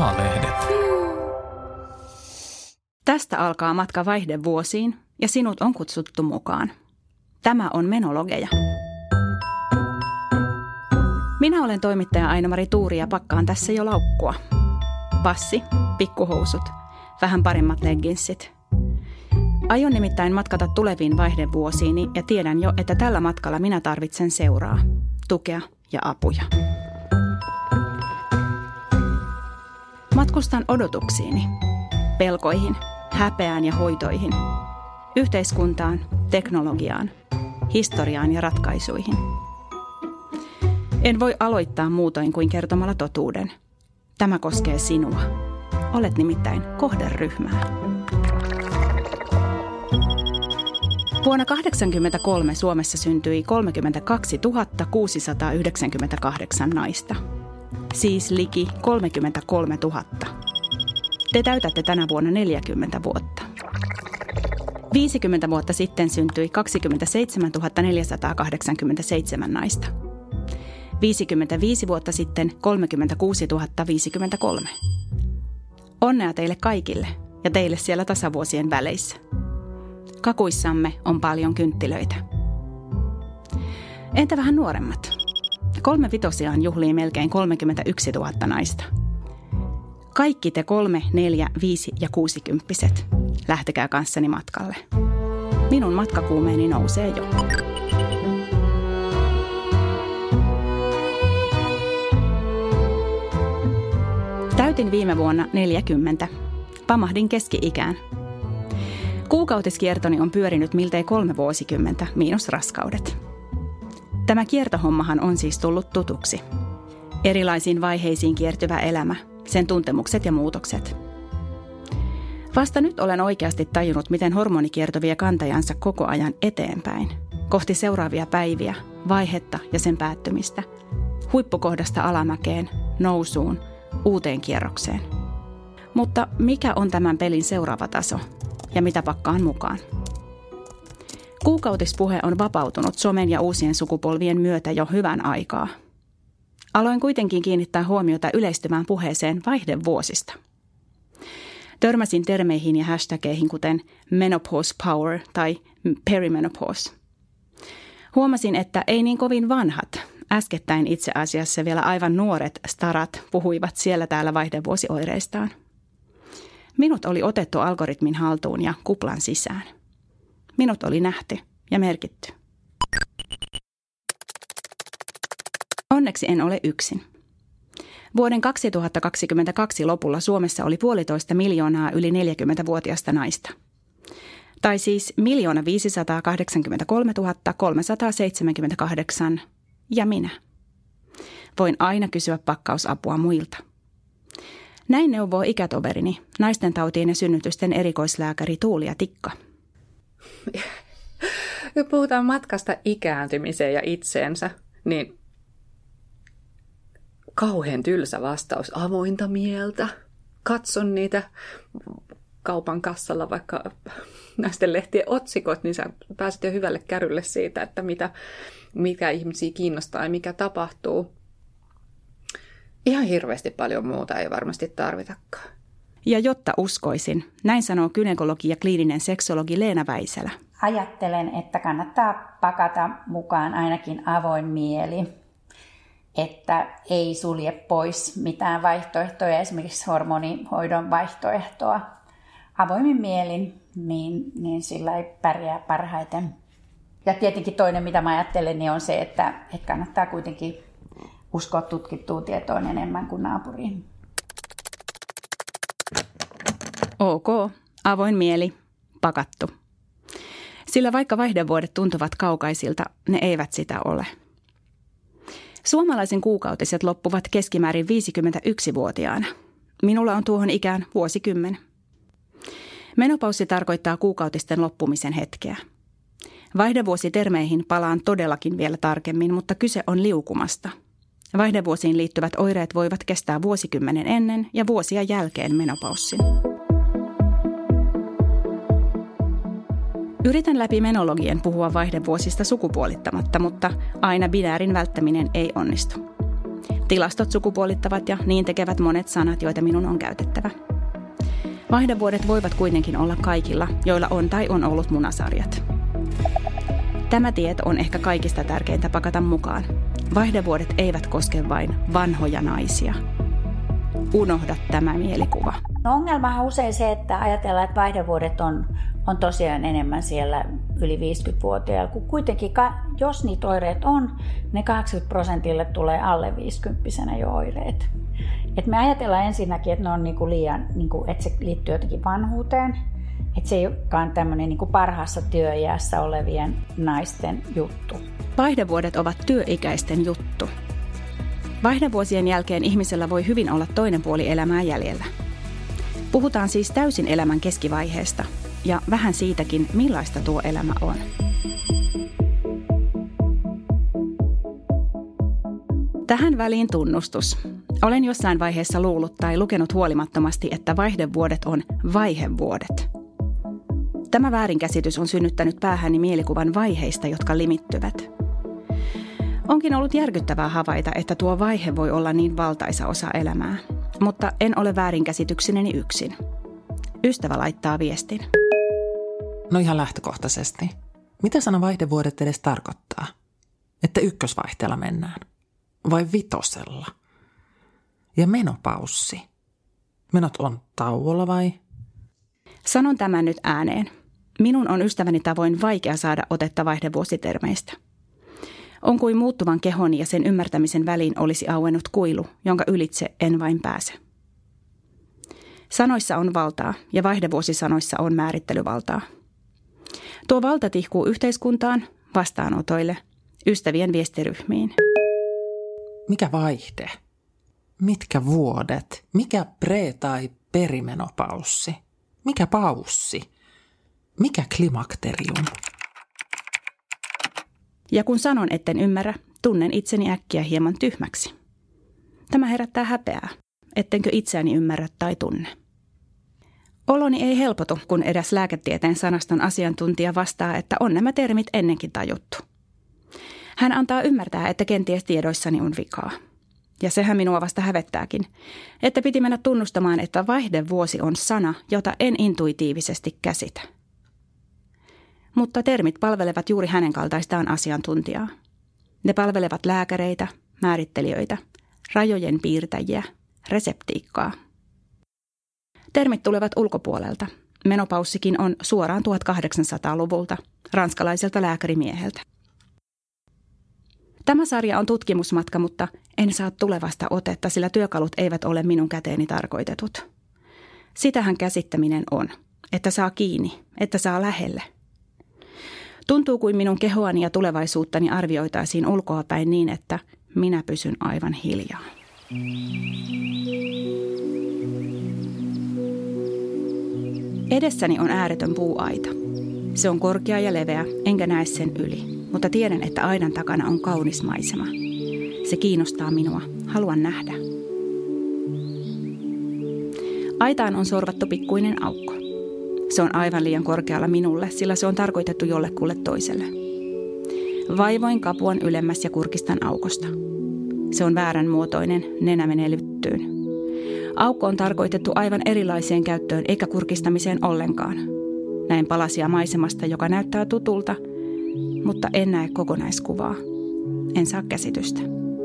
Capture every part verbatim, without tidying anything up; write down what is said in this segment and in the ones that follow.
A-lehdet. Tästä alkaa matka vaihdevuosiin ja sinut on kutsuttu mukaan. Tämä on Menologeja. Minä olen toimittaja Aino-Mari Tuuri ja pakkaan tässä jo laukkua. Passi, pikkuhousut, vähän paremmat legginssit. Aion nimittäin matkata tuleviin vaihdevuosiini ja tiedän jo, että tällä matkalla minä tarvitsen seuraa, tukea ja apuja. Matkustan odotuksiini, pelkoihin, häpeään ja hoitoihin, yhteiskuntaan, teknologiaan, historiaan ja ratkaisuihin. En voi aloittaa muutoin kuin kertomalla totuuden. Tämä koskee sinua. Olet nimittäin kohderyhmää. Vuonna tuhatyhdeksänsataakahdeksankymmentäkolme Suomessa syntyi kolmekymmentäkaksituhatta kuusisataayhdeksänkymmentäkahdeksan naista. Siis liki kolmekymmentäkolmetuhatta. Te täytätte tänä vuonna neljäkymmentä vuotta. viisikymmentä vuotta sitten syntyi kaksikymmentäseitsemäntuhatta neljäsataakahdeksankymmentäseitsemän naista. viisikymmentäviisi vuotta sitten kolmekymmentäkuusituhatta viisikymmentäkolme. Onnea teille kaikille ja teille siellä tasavuosien väleissä. Kakuissamme on paljon kynttilöitä. Entä vähän nuoremmat? Kolme vitosiaan juhlii melkein kolmekymmentäyksituhatta naista. Kaikki te kolme, neljä, viisi ja kuusikymppiset. Lähtekää kanssani matkalle. Minun matkakuumeeni nousee jo. Täytin viime vuonna neljäkymmentä. Pamahdin keski-ikään. Kuukautiskiertoni on pyörinyt miltei kolme vuosikymmentä, miinus raskaudet. Tämä kiertohommahan on siis tullut tutuksi. Erilaisiin vaiheisiin kiertyvä elämä, sen tuntemukset ja muutokset. Vasta nyt olen oikeasti tajunnut, miten hormonikierto vie kantajansa koko ajan eteenpäin, kohti seuraavia päiviä, vaihetta ja sen päättymistä, huippukohdasta alamäkeen, nousuun, uuteen kierrokseen. Mutta mikä on tämän pelin seuraava taso ja mitä pakkaan mukaan? Kuukautispuhe on vapautunut somen ja uusien sukupolvien myötä jo hyvän aikaa. Aloin kuitenkin kiinnittää huomiota yleistyvään puheeseen vaihdevuosista. Törmäsin termeihin ja hashtageihin kuten menopause power tai perimenopause. Huomasin, että ei niin kovin vanhat, äskettäin itse asiassa vielä aivan nuoret starat puhuivat siellä täällä vaihdevuosioireistaan. Minut oli otettu algoritmin haltuun ja kuplan sisään. Minut oli nähty ja merkitty. Onneksi en ole yksin. Vuoden kaksituhattakaksikymmentäkaksi lopulla Suomessa oli puolitoista miljoonaa yli neljäkymmentävuotiaista naista. Tai siis miljoona viisisataakahdeksankymmentäkolmetuhatta kolmesataaseitsemänkymmentäkahdeksan ja minä. Voin aina kysyä pakkausapua muilta. Näin neuvoo ikätoverini, naistentautien ja synnytysten erikoislääkäri Tuulia Tikka. Kun puhutaan matkasta ikääntymiseen ja itseensä, niin kauhean tylsä vastaus. Avointa mieltä. Katson niitä kaupan kassalla vaikka näisten lehtien otsikot, niin sä pääset jo hyvälle kärrylle siitä, että mitä, mikä ihmisiä kiinnostaa ja mikä tapahtuu. Ihan hirveästi paljon muuta ei varmasti tarvitakaan. Ja jotta uskoisin, näin sanoo gynekologi ja kliininen seksologi Leena Väisälä. Ajattelen, että kannattaa pakata mukaan ainakin avoin mieli, että ei sulje pois mitään vaihtoehtoja, esimerkiksi hormonihoidon vaihtoehtoa. Avoimin mielin, niin, niin sillä ei pärjää parhaiten. Ja tietenkin toinen, mitä mä ajattelen, niin on se, että, että kannattaa kuitenkin uskoa tutkittuun tietoon enemmän kuin naapuriin. Ok, avoin mieli, pakattu. Sillä vaikka vaihdevuodet tuntuvat kaukaisilta, ne eivät sitä ole. Suomalaisen kuukautiset loppuvat keskimäärin viisikymmentäyksivuotiaana. Minulla on tuohon ikään vuosikymmen. Menopaussi tarkoittaa kuukautisten loppumisen hetkeä. Vaihdevuositermeihin palaan todellakin vielä tarkemmin, mutta kyse on liukumasta. Vaihdevuosiin liittyvät oireet voivat kestää vuosikymmenen ennen ja vuosia jälkeen menopaussin. Yritän läpi menologien puhua vaihdevuosista sukupuolittamatta, mutta aina binäärin välttäminen ei onnistu. Tilastot sukupuolittavat ja niin tekevät monet sanat, joita minun on käytettävä. Vaihdevuodet voivat kuitenkin olla kaikilla, joilla on tai on ollut munasarjat. Tämä tieto on ehkä kaikista tärkeintä pakata mukaan. Vaihdevuodet eivät koske vain vanhoja naisia. Unohda tämä mielikuva. No ongelmahan on usein se, että ajatellaan, että vaihdevuodet on, on tosiaan enemmän siellä yli viisikymmentävuotiailla, kun kuitenkin, jos niitä oireet on, ne kahdeksankymmentä prosentille tulee alle viisikymppisenä jo oireet. Et me ajatellaan ensinnäkin, että ne on niinku liian, niinku, että se liittyy jotenkin vanhuuteen, että se ei olekaan tämmöinen niinku parhaassa työiässä olevien naisten juttu. Vaihdevuodet ovat työikäisten juttu. Vaihdevuosien jälkeen ihmisellä voi hyvin olla toinen puoli elämää jäljellä. Puhutaan siis täysin elämän keskivaiheesta ja vähän siitäkin, millaista tuo elämä on. Tähän väliin tunnustus. Olen jossain vaiheessa luullut tai lukenut huolimattomasti, että vaihdevuodet on vaihevuodet. Tämä väärinkäsitys on synnyttänyt päähäni mielikuvan vaiheista, jotka limittyvät. Onkin ollut järkyttävää havaita, että tuo vaihe voi olla niin valtaisa osa elämää, mutta en ole väärinkäsityksineni yksin. Ystävä laittaa viestin. No ihan lähtökohtaisesti. Mitä sana vaihdevuodet edes tarkoittaa? Että ykkösvaihteella mennään? Vai vitosella? Ja menopaussi? Menot on tauolla vai? Sanon tämän nyt ääneen. Minun on ystäväni tavoin vaikea saada otetta vaihdevuositermeistä. On kuin muuttuvan kehon ja sen ymmärtämisen väliin olisi auennut kuilu, jonka ylitse en vain pääse. Sanoissa on valtaa ja vaihdevuosisanoissa on määrittelyvaltaa. Tuo valta tihkuu yhteiskuntaan, vastaanotoille, ystävien viestiryhmiin. Mikä vaihde? Mitkä vuodet? Mikä pre- tai perimenopaussi? Mikä paussi? Mikä klimakterium? Ja kun sanon, etten ymmärrä, tunnen itseni äkkiä hieman tyhmäksi. Tämä herättää häpeää, ettenkö itseäni ymmärrä tai tunne. Oloni ei helpotu, kun eräs lääketieteen sanaston asiantuntija vastaa, että on nämä termit ennenkin tajuttu. Hän antaa ymmärtää, että kenties tiedoissani on vikaa. Ja sehän minua vasta hävettääkin, että piti mennä tunnustamaan, että vaihdevuosi on sana, jota en intuitiivisesti käsitä. Mutta termit palvelevat juuri hänen kaltaistaan asiantuntijaa. Ne palvelevat lääkäreitä, määrittelijöitä, rajojen piirtäjiä, reseptiikkaa. Termit tulevat ulkopuolelta. Menopaussikin on suoraan tuhatkahdeksansataaluvulta, ranskalaiselta lääkärimieheltä. Tämä sarja on tutkimusmatka, mutta en saa tulevasta otetta, sillä työkalut eivät ole minun käteeni tarkoitetut. Sitähän käsittäminen on, että saa kiinni, että saa lähelle. Tuntuu kuin minun kehoani ja tulevaisuuttani arvioitaisiin ulkoapäin niin, että minä pysyn aivan hiljaa. Edessäni on ääretön puuaita. Se on korkea ja leveä, enkä näe sen yli, mutta tiedän, että aidan takana on kaunis maisema. Se kiinnostaa minua, haluan nähdä. Aitaan on sorvattu pikkuinen aukko. Se on aivan liian korkealla minulle, sillä se on tarkoitettu jollekulle toiselle. Vaivoin kapuan ylemmäs ja kurkistan aukosta. Se on väärän muotoinen, nenä menee lyttyyn. Aukko on tarkoitettu aivan erilaiseen käyttöön eikä kurkistamiseen ollenkaan. Näen palasia maisemasta, joka näyttää tutulta, mutta en näe kokonaiskuvaa. En saa käsitystä.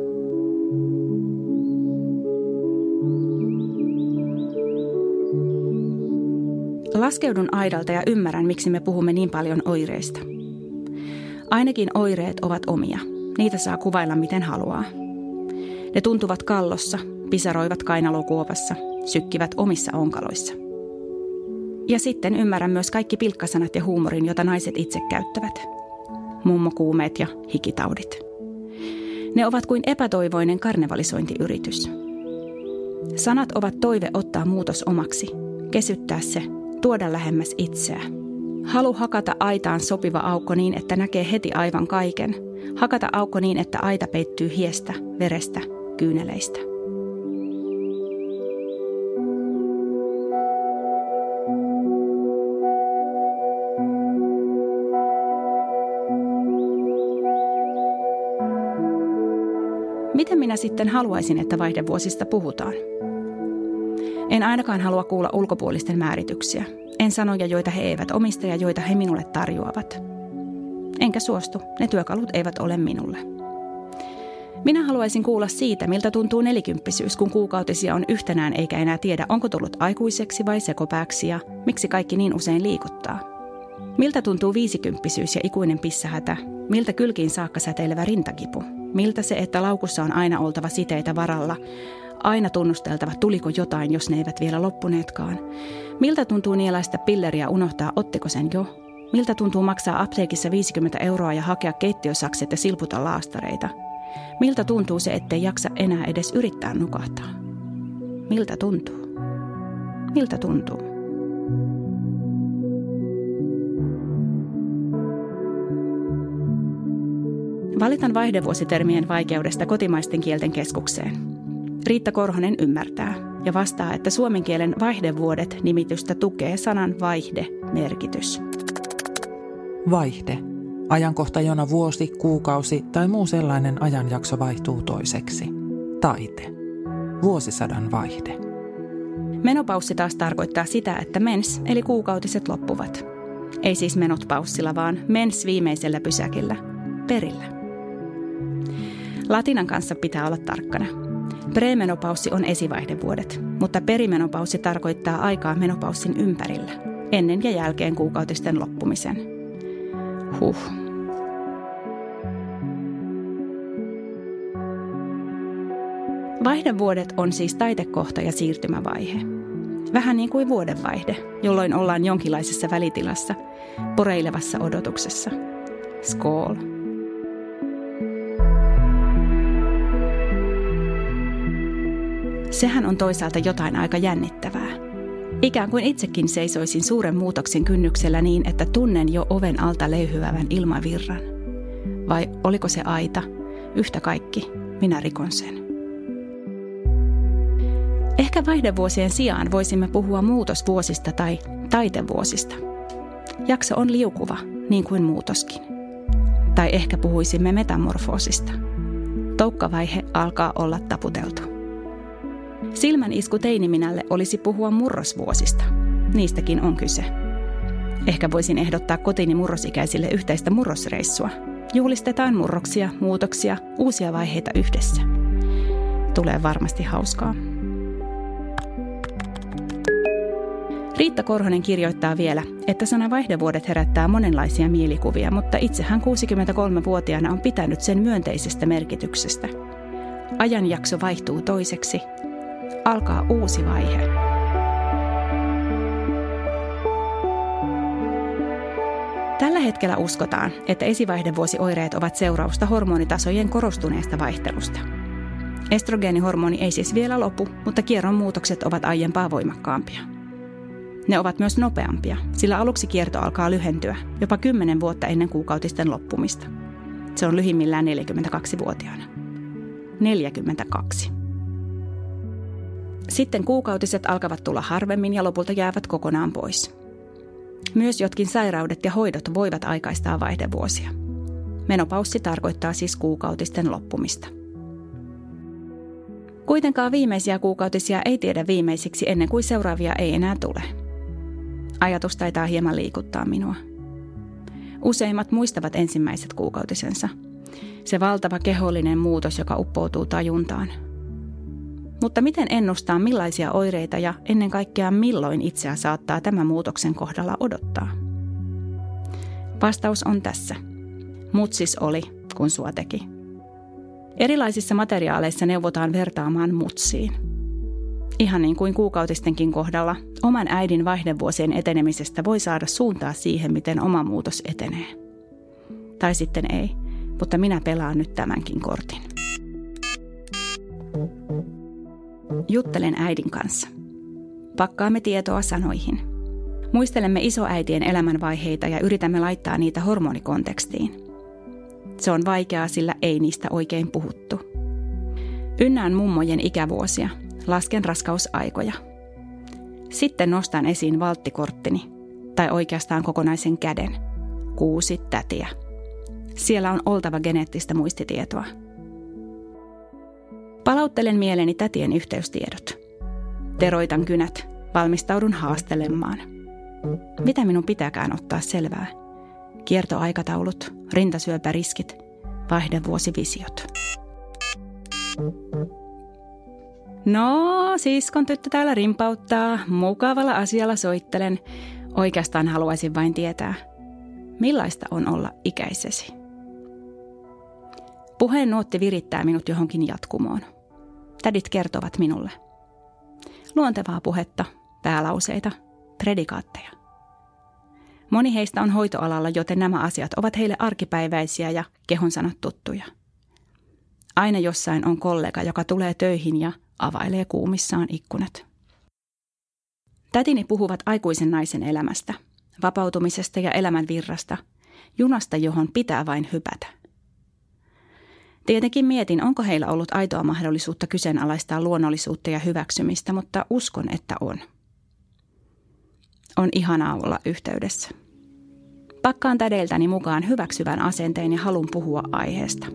Laskeudun aidalta ja ymmärrän, miksi me puhumme niin paljon oireista. Ainakin oireet ovat omia. Niitä saa kuvailla miten haluaa. Ne tuntuvat kallossa, pisaroivat kainalokuopassa, sykkivät omissa onkaloissa. Ja sitten ymmärrän myös kaikki pilkkasanat ja huumorin, jota naiset itse käyttävät. Mummokuumeet ja hikitaudit. Ne ovat kuin epätoivoinen karnevalisointiyritys. Sanat ovat toive ottaa muutos omaksi, kesyttää se, tuoda lähemmäs itseä. Halu hakata aitaan sopiva aukko niin, että näkee heti aivan kaiken. Hakata aukko niin, että aita peittyy hiestä, verestä, kyyneleistä. Miten minä sitten haluaisin, että vaihdevuosista puhutaan? En ainakaan halua kuulla ulkopuolisten määrityksiä. En sanoja, joita he eivät omista ja joita he minulle tarjoavat. Enkä suostu, ne työkalut eivät ole minulle. Minä haluaisin kuulla siitä, miltä tuntuu nelikymppisyys, kun kuukautisia on yhtenään eikä enää tiedä, onko tullut aikuiseksi vai sekopääksi ja miksi kaikki niin usein liikuttaa. Miltä tuntuu viisikymppisyys ja ikuinen pissähätä, miltä kylkiin saakka säteilevä rintakipu, miltä se, että laukussa on aina oltava siteitä varalla, aina tunnusteltava, tuliko jotain, jos ne eivät vielä loppuneetkaan. Miltä tuntuu nielaista pilleriä unohtaa, ottiko sen jo? Miltä tuntuu maksaa apteekissa viisikymmentä euroa ja hakea keittiösakset ja silputa laastareita? Miltä tuntuu se, ettei jaksa enää edes yrittää nukahtaa? Miltä tuntuu? Miltä tuntuu? Valitan vaihdevuositermien vaikeudesta kotimaisten kielten keskukseen. Riitta Korhonen ymmärtää ja vastaa, että suomen kielen vaihdevuodet-nimitystä tukee sanan vaihde-merkitys. Vaihde. Ajankohta, jona vuosi, kuukausi tai muu sellainen ajanjakso vaihtuu toiseksi. Taite. Vuosisadan vaihde. Menopaussi taas tarkoittaa sitä, että mens eli kuukautiset loppuvat. Ei siis menot paussilla, vaan mens viimeisellä pysäkillä, perillä. Latinan kanssa pitää olla tarkkana. Premenopaussi on esivaihdevuodet, mutta perimenopaussi tarkoittaa aikaa menopaussin ympärillä, ennen ja jälkeen kuukautisten loppumisen. Huh. Vaihdevuodet on siis taitekohta ja siirtymävaihe. Vähän niin kuin vuodenvaihde, jolloin ollaan jonkinlaisessa välitilassa, poreilevassa odotuksessa. Skål. Sehän on toisaalta jotain aika jännittävää. Ikään kuin itsekin seisoisin suuren muutoksen kynnyksellä niin, että tunnen jo oven alta löyhyvävän ilmavirran. Vai oliko se aita? Yhtä kaikki, minä rikon sen. Ehkä vaihdevuosien sijaan voisimme puhua muutosvuosista tai taitevuosista. Jakso on liukuva, niin kuin muutoskin. Tai ehkä puhuisimme metamorfoosista. Toukkavaihe alkaa olla taputeltu. Silmän isku teiniminälle olisi puhua murrosvuosista. Niistäkin on kyse. Ehkä voisin ehdottaa kotini murrosikäisille yhteistä murrosreissua. Juhlistetaan murroksia, muutoksia, uusia vaiheita yhdessä. Tulee varmasti hauskaa. Riitta Korhonen kirjoittaa vielä, että sana vaihdevuodet herättää monenlaisia mielikuvia, mutta itse hän kuusikymmentäkolmevuotiaana on pitänyt sen myönteisestä merkityksestä. Ajanjakso vaihtuu toiseksi. Alkaa uusi vaihe. Tällä hetkellä uskotaan, että esivaihdevuosioireet ovat seurausta hormonitasojen korostuneesta vaihtelusta. Estrogeenihormoni ei siis vielä lopu, mutta kierron muutokset ovat aiempaa voimakkaampia. Ne ovat myös nopeampia, sillä aluksi kierto alkaa lyhentyä, jopa kymmenen vuotta ennen kuukautisten loppumista. Se on lyhimmillään neljäkymmentäkaksivuotiaana. neljäkymmentäkaksi. Sitten kuukautiset alkavat tulla harvemmin ja lopulta jäävät kokonaan pois. Myös jotkin sairaudet ja hoidot voivat aikaistaa vaihdevuosia. Menopaussi tarkoittaa siis kuukautisten loppumista. Kuitenkaan viimeisiä kuukautisia ei tiedä viimeisiksi ennen kuin seuraavia ei enää tule. Ajatus taitaa hieman liikuttaa minua. Useimmat muistavat ensimmäiset kuukautisensa. Se valtava kehollinen muutos, joka uppoutuu tajuntaan. Mutta miten ennustaa, millaisia oireita ja ennen kaikkea milloin itseä saattaa tämän muutoksen kohdalla odottaa? Vastaus on tässä. Mutsis oli, kun sua teki. Erilaisissa materiaaleissa neuvotaan vertaamaan mutsiin. Ihan niin kuin kuukautistenkin kohdalla, oman äidin vaihdevuosien etenemisestä voi saada suuntaa siihen, miten oma muutos etenee. Tai sitten ei, mutta minä pelaan nyt tämänkin kortin. Juttelen äidin kanssa. Pakkaamme tietoa sanoihin. Muistelemme isoäitien elämänvaiheita ja yritämme laittaa niitä hormonikontekstiin. Se on vaikeaa, sillä ei niistä oikein puhuttu. Ynnään mummojen ikävuosia, lasken raskausaikoja. Sitten nostan esiin valttikorttini, tai oikeastaan kokonaisen käden, kuusi tätiä. Siellä on oltava geneettistä muistitietoa. Palauttelen mieleeni tätien yhteystiedot. Teroitan kynät, valmistaudun haastelemaan. Mitä minun pitääkään ottaa selvää? Kiertoaikataulut, rintasyöpäriskit, vaihdevuosivisiot. No, siskon tyttö täällä rimpauttaa. Mukavalla asialla soittelen. Oikeastaan haluaisin vain tietää, millaista on olla ikäisesi. Puheen nuotti virittää minut johonkin jatkumoon. Tädit kertovat minulle. Luontevaa puhetta, päälauseita, predikaatteja. Moni heistä on hoitoalalla, joten nämä asiat ovat heille arkipäiväisiä ja kehonsanat tuttuja. Aina jossain on kollega, joka tulee töihin ja availee kuumissaan ikkunat. Tätini puhuvat aikuisen naisen elämästä, vapautumisesta ja elämän virrasta, junasta, johon pitää vain hypätä. Tietenkin mietin, onko heillä ollut aitoa mahdollisuutta kyseenalaistaa luonnollisuutta ja hyväksymistä, mutta uskon, että on. On ihanaa olla yhteydessä. Pakkaan tädeiltäni mukaan hyväksyvän asenteen ja halun puhua aiheesta.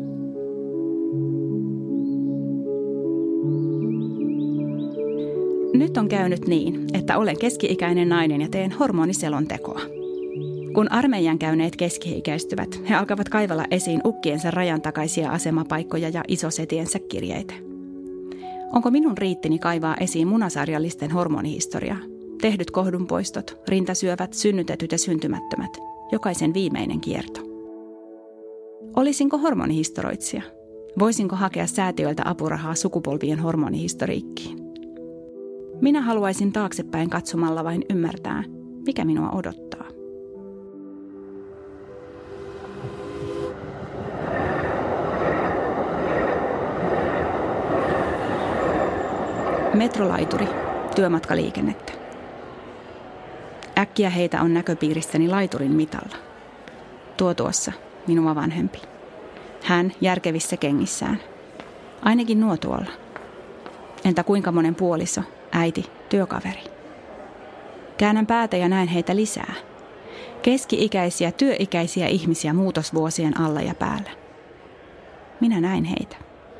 Nyt on käynyt niin, että olen keski-ikäinen nainen ja teen hormoniselontekoa. Kun armeijan käyneet keski-ikäistyvät, he alkavat kaivella esiin ukkiensa rajan takaisia asemapaikkoja ja isosetiensä kirjeitä. Onko minun riittini kaivaa esiin munasarjallisten hormonihistoriaa? Tehdyt kohdunpoistot, rintasyövät, synnytetyt ja syntymättömät, jokaisen viimeinen kierto. Olisinko hormonihistoroitsija? Voisinko hakea säätiöiltä apurahaa sukupolvien hormonihistoriikkiin? Minä haluaisin taaksepäin katsomalla vain ymmärtää, mikä minua odottaa. Metrolaituri, työmatkaliikennettä. Äkkiä heitä on näköpiirissäni laiturin mitalla. Tuo tuossa, minua vanhempi. Hän järkevissä kengissään. Ainakin nuo tuolla. Entä kuinka monen puoliso, äiti, työkaveri? Käännän päätä ja näen heitä lisää. Keski-ikäisiä, työikäisiä ihmisiä muutosvuosien alla ja päällä. Minä näin heitä.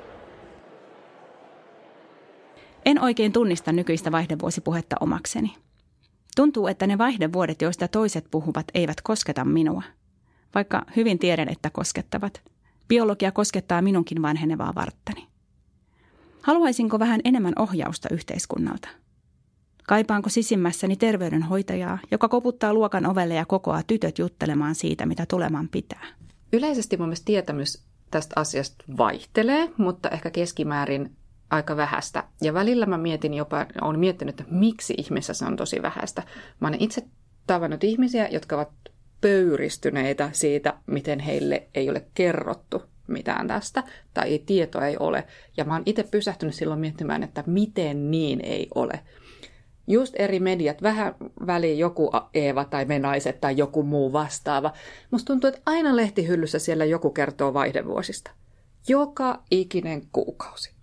En oikein tunnista nykyistä vaihdevuosipuhetta omakseni. Tuntuu, että ne vaihdevuodet, joista toiset puhuvat, eivät kosketa minua. Vaikka hyvin tiedän, että koskettavat. Biologia koskettaa minunkin vanhenevaa varttani. Haluaisinko vähän enemmän ohjausta yhteiskunnalta? Kaipaanko sisimmässäni terveydenhoitajaa, joka koputtaa luokan ovelle ja kokoaa tytöt juttelemaan siitä, mitä tuleman pitää? Yleisesti mun mielestä tietämys tästä asiasta vaihtelee, mutta ehkä keskimäärin aika vähäistä. Ja välillä mä mietin jopa, olen miettinyt, että miksi ihmisessä se on tosi vähäistä. Mä olen itse tavannut ihmisiä, jotka ovat pöyristyneitä siitä, miten heille ei ole kerrottu mitään tästä, tai tietoa ei ole. Ja mä oon itse pysähtynyt silloin miettimään, että miten niin ei ole. Just eri mediat, vähän väliin joku Eeva tai Me Naiset tai joku muu vastaava. Musta tuntuu, että aina lehtihyllyssä siellä joku kertoo vaihdevuosista. Joka ikinen kuukausi.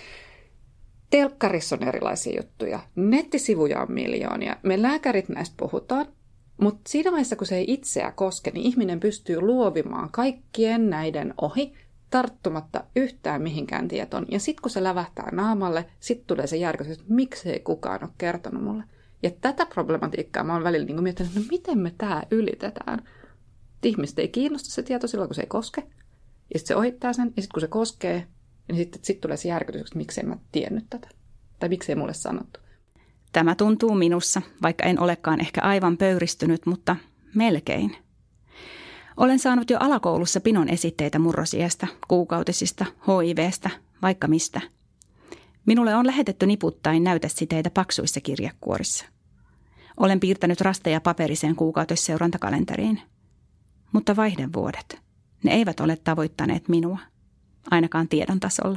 Telkkarissa on erilaisia juttuja. Nettisivuja on miljoonia. Me lääkärit näistä puhutaan. Mutta siinä vaiheessa, kun se ei itseä koske, niin ihminen pystyy luovimaan kaikkien näiden ohi, tarttumatta yhtään mihinkään tietoon. Ja sitten kun se lävähtää naamalle, sitten tulee se järkytys, että miksei kukaan ole kertonut mulle. Ja tätä problematiikkaa mä oon välillä niin miettinyt, että no miten me tää ylitetään. Ihmiset ei kiinnosta se tieto silloin, kun se ei koske. Ja sitten se ohittaa sen, ja sitten kun se koskee, niin sitten sit tulee se järkytys, että miksei mä tiennyt tätä. Tai miksei mulle sanottu. Tämä tuntuu minussa, vaikka en olekaan ehkä aivan pöyristynyt, mutta melkein. Olen saanut jo alakoulussa pinon esitteitä murrosiästä, kuukautisista, H I V:stä, vaikka mistä. Minulle on lähetetty niputtain näytesiteitä paksuissa kirjekuorissa. Olen piirtänyt rasteja paperiseen kuukautisseurantakalenteriin. Mutta vaihdevuodet, ne eivät ole tavoittaneet minua, ainakaan tiedon tasolla.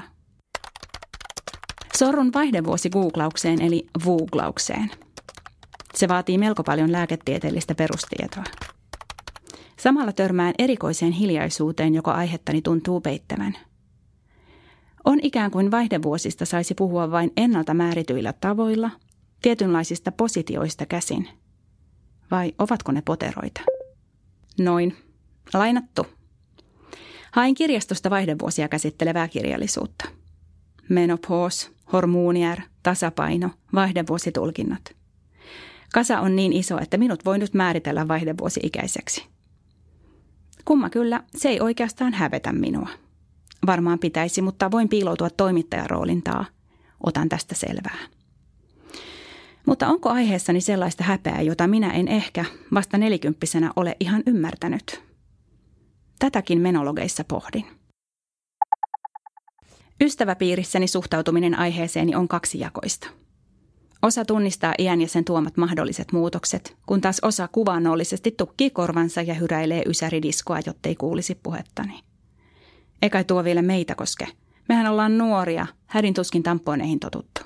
Sorrun vaihdevuosi googlaukseen eli vuuglaukseen. Se vaatii melko paljon lääketieteellistä perustietoa. Samalla törmään erikoiseen hiljaisuuteen, joka aihettani tuntuu peittävän. On ikään kuin vaihdevuosista saisi puhua vain ennalta määrityillä tavoilla, tietynlaisista positioista käsin. Vai ovatko ne poteroita? Noin. Lainattu. Hain kirjastosta vaihdevuosia käsittelevää kirjallisuutta. menopause, hormonier, tasapaino, vaihdevuositulkinnat. Kasa on niin iso, että minut voi nyt määritellä vaihdevuosi-ikäiseksi. Kumma kyllä, se ei oikeastaan hävetä minua. Varmaan pitäisi, mutta voin piiloutua toimittajaroolin taa. Otan tästä selvää. Mutta onko aiheessani sellaista häpeää, jota minä en ehkä vasta nelikymppisenä ole ihan ymmärtänyt? Tätäkin menologeissa pohdin. Ystäväpiirissäni suhtautuminen aiheeseeni on kaksijakoista. Osa tunnistaa iän ja sen tuomat mahdolliset muutokset, kun taas osa kuvaannollisesti tukkii korvansa ja hyräilee ysäridiskoa, jottei kuulisi puhettani. Eikä tuo vielä meitä koske. Mehän ollaan nuoria, hädin tuskin tamponeihin totuttu.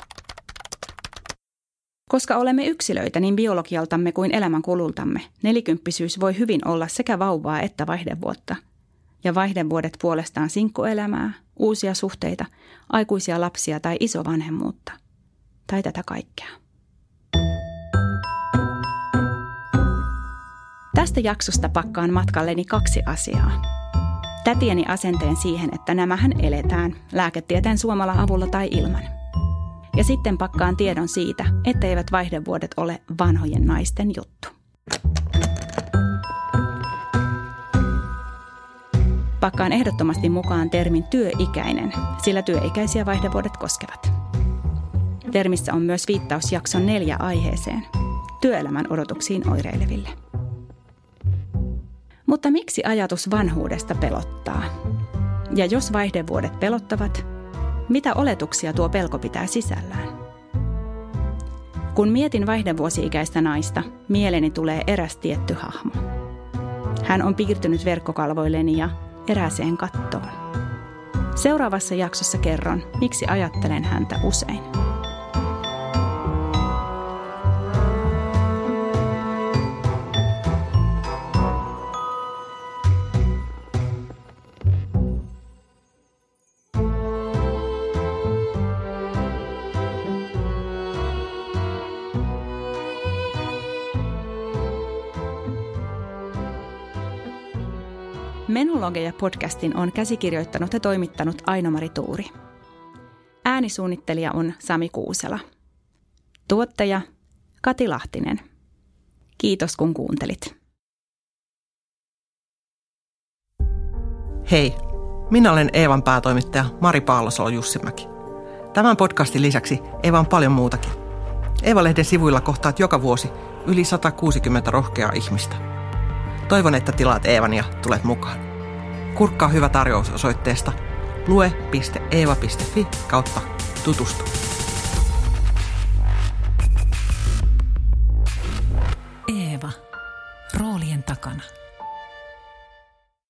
Koska olemme yksilöitä niin biologialtamme kuin elämänkulultamme, nelikymppisyys voi hyvin olla sekä vauvaa että vaihdevuotta. Ja vaihdevuodet puolestaan sinkkuelämää, uusia suhteita, aikuisia lapsia tai isovanhemmuutta. Tai tätä kaikkea. Tästä jaksosta pakkaan matkalleni kaksi asiaa. Tätieni asenteen siihen, että nämähän eletään, lääketieteen suomala avulla tai ilman. Ja sitten pakkaan tiedon siitä, etteivät vaihdevuodet ole vanhojen naisten juttu. Pakkaan ehdottomasti mukaan termin työikäinen, sillä työikäisiä vaihdevuodet koskevat. Termissä on myös viittaus jakson neljä aiheeseen, työelämän odotuksiin oireileville. Mutta miksi ajatus vanhuudesta pelottaa? Ja jos vaihdevuodet pelottavat, mitä oletuksia tuo pelko pitää sisällään? Kun mietin vaihdevuosi-ikäistä naista, mieleeni tulee eräs tietty hahmo. Hän on piirtynyt verkkokalvoilleni ja erääseen kattoon. Seuraavassa jaksossa kerron, miksi ajattelen häntä usein. Menologeja-podcastin on käsikirjoittanut ja toimittanut Aino-Mari Tuuri. Äänisuunnittelija on Sami Kuusela. Tuottaja Kati Lahtinen. Kiitos kun kuuntelit. Hei, minä olen Eevan päätoimittaja Mari Paalosolo-Jussimäki. Tämän podcastin lisäksi Eeva on paljon muutakin. Eeva-lehden sivuilla kohtaat joka vuosi yli sata kuusikymmentä rohkeaa ihmistä. Toivon, että tilaat Eevan ja tulet mukaan. Kurkkaa hyvä tarjous osoitteesta lue piste eeva piste fi kautta tutustu. Eeva. Roolien takana.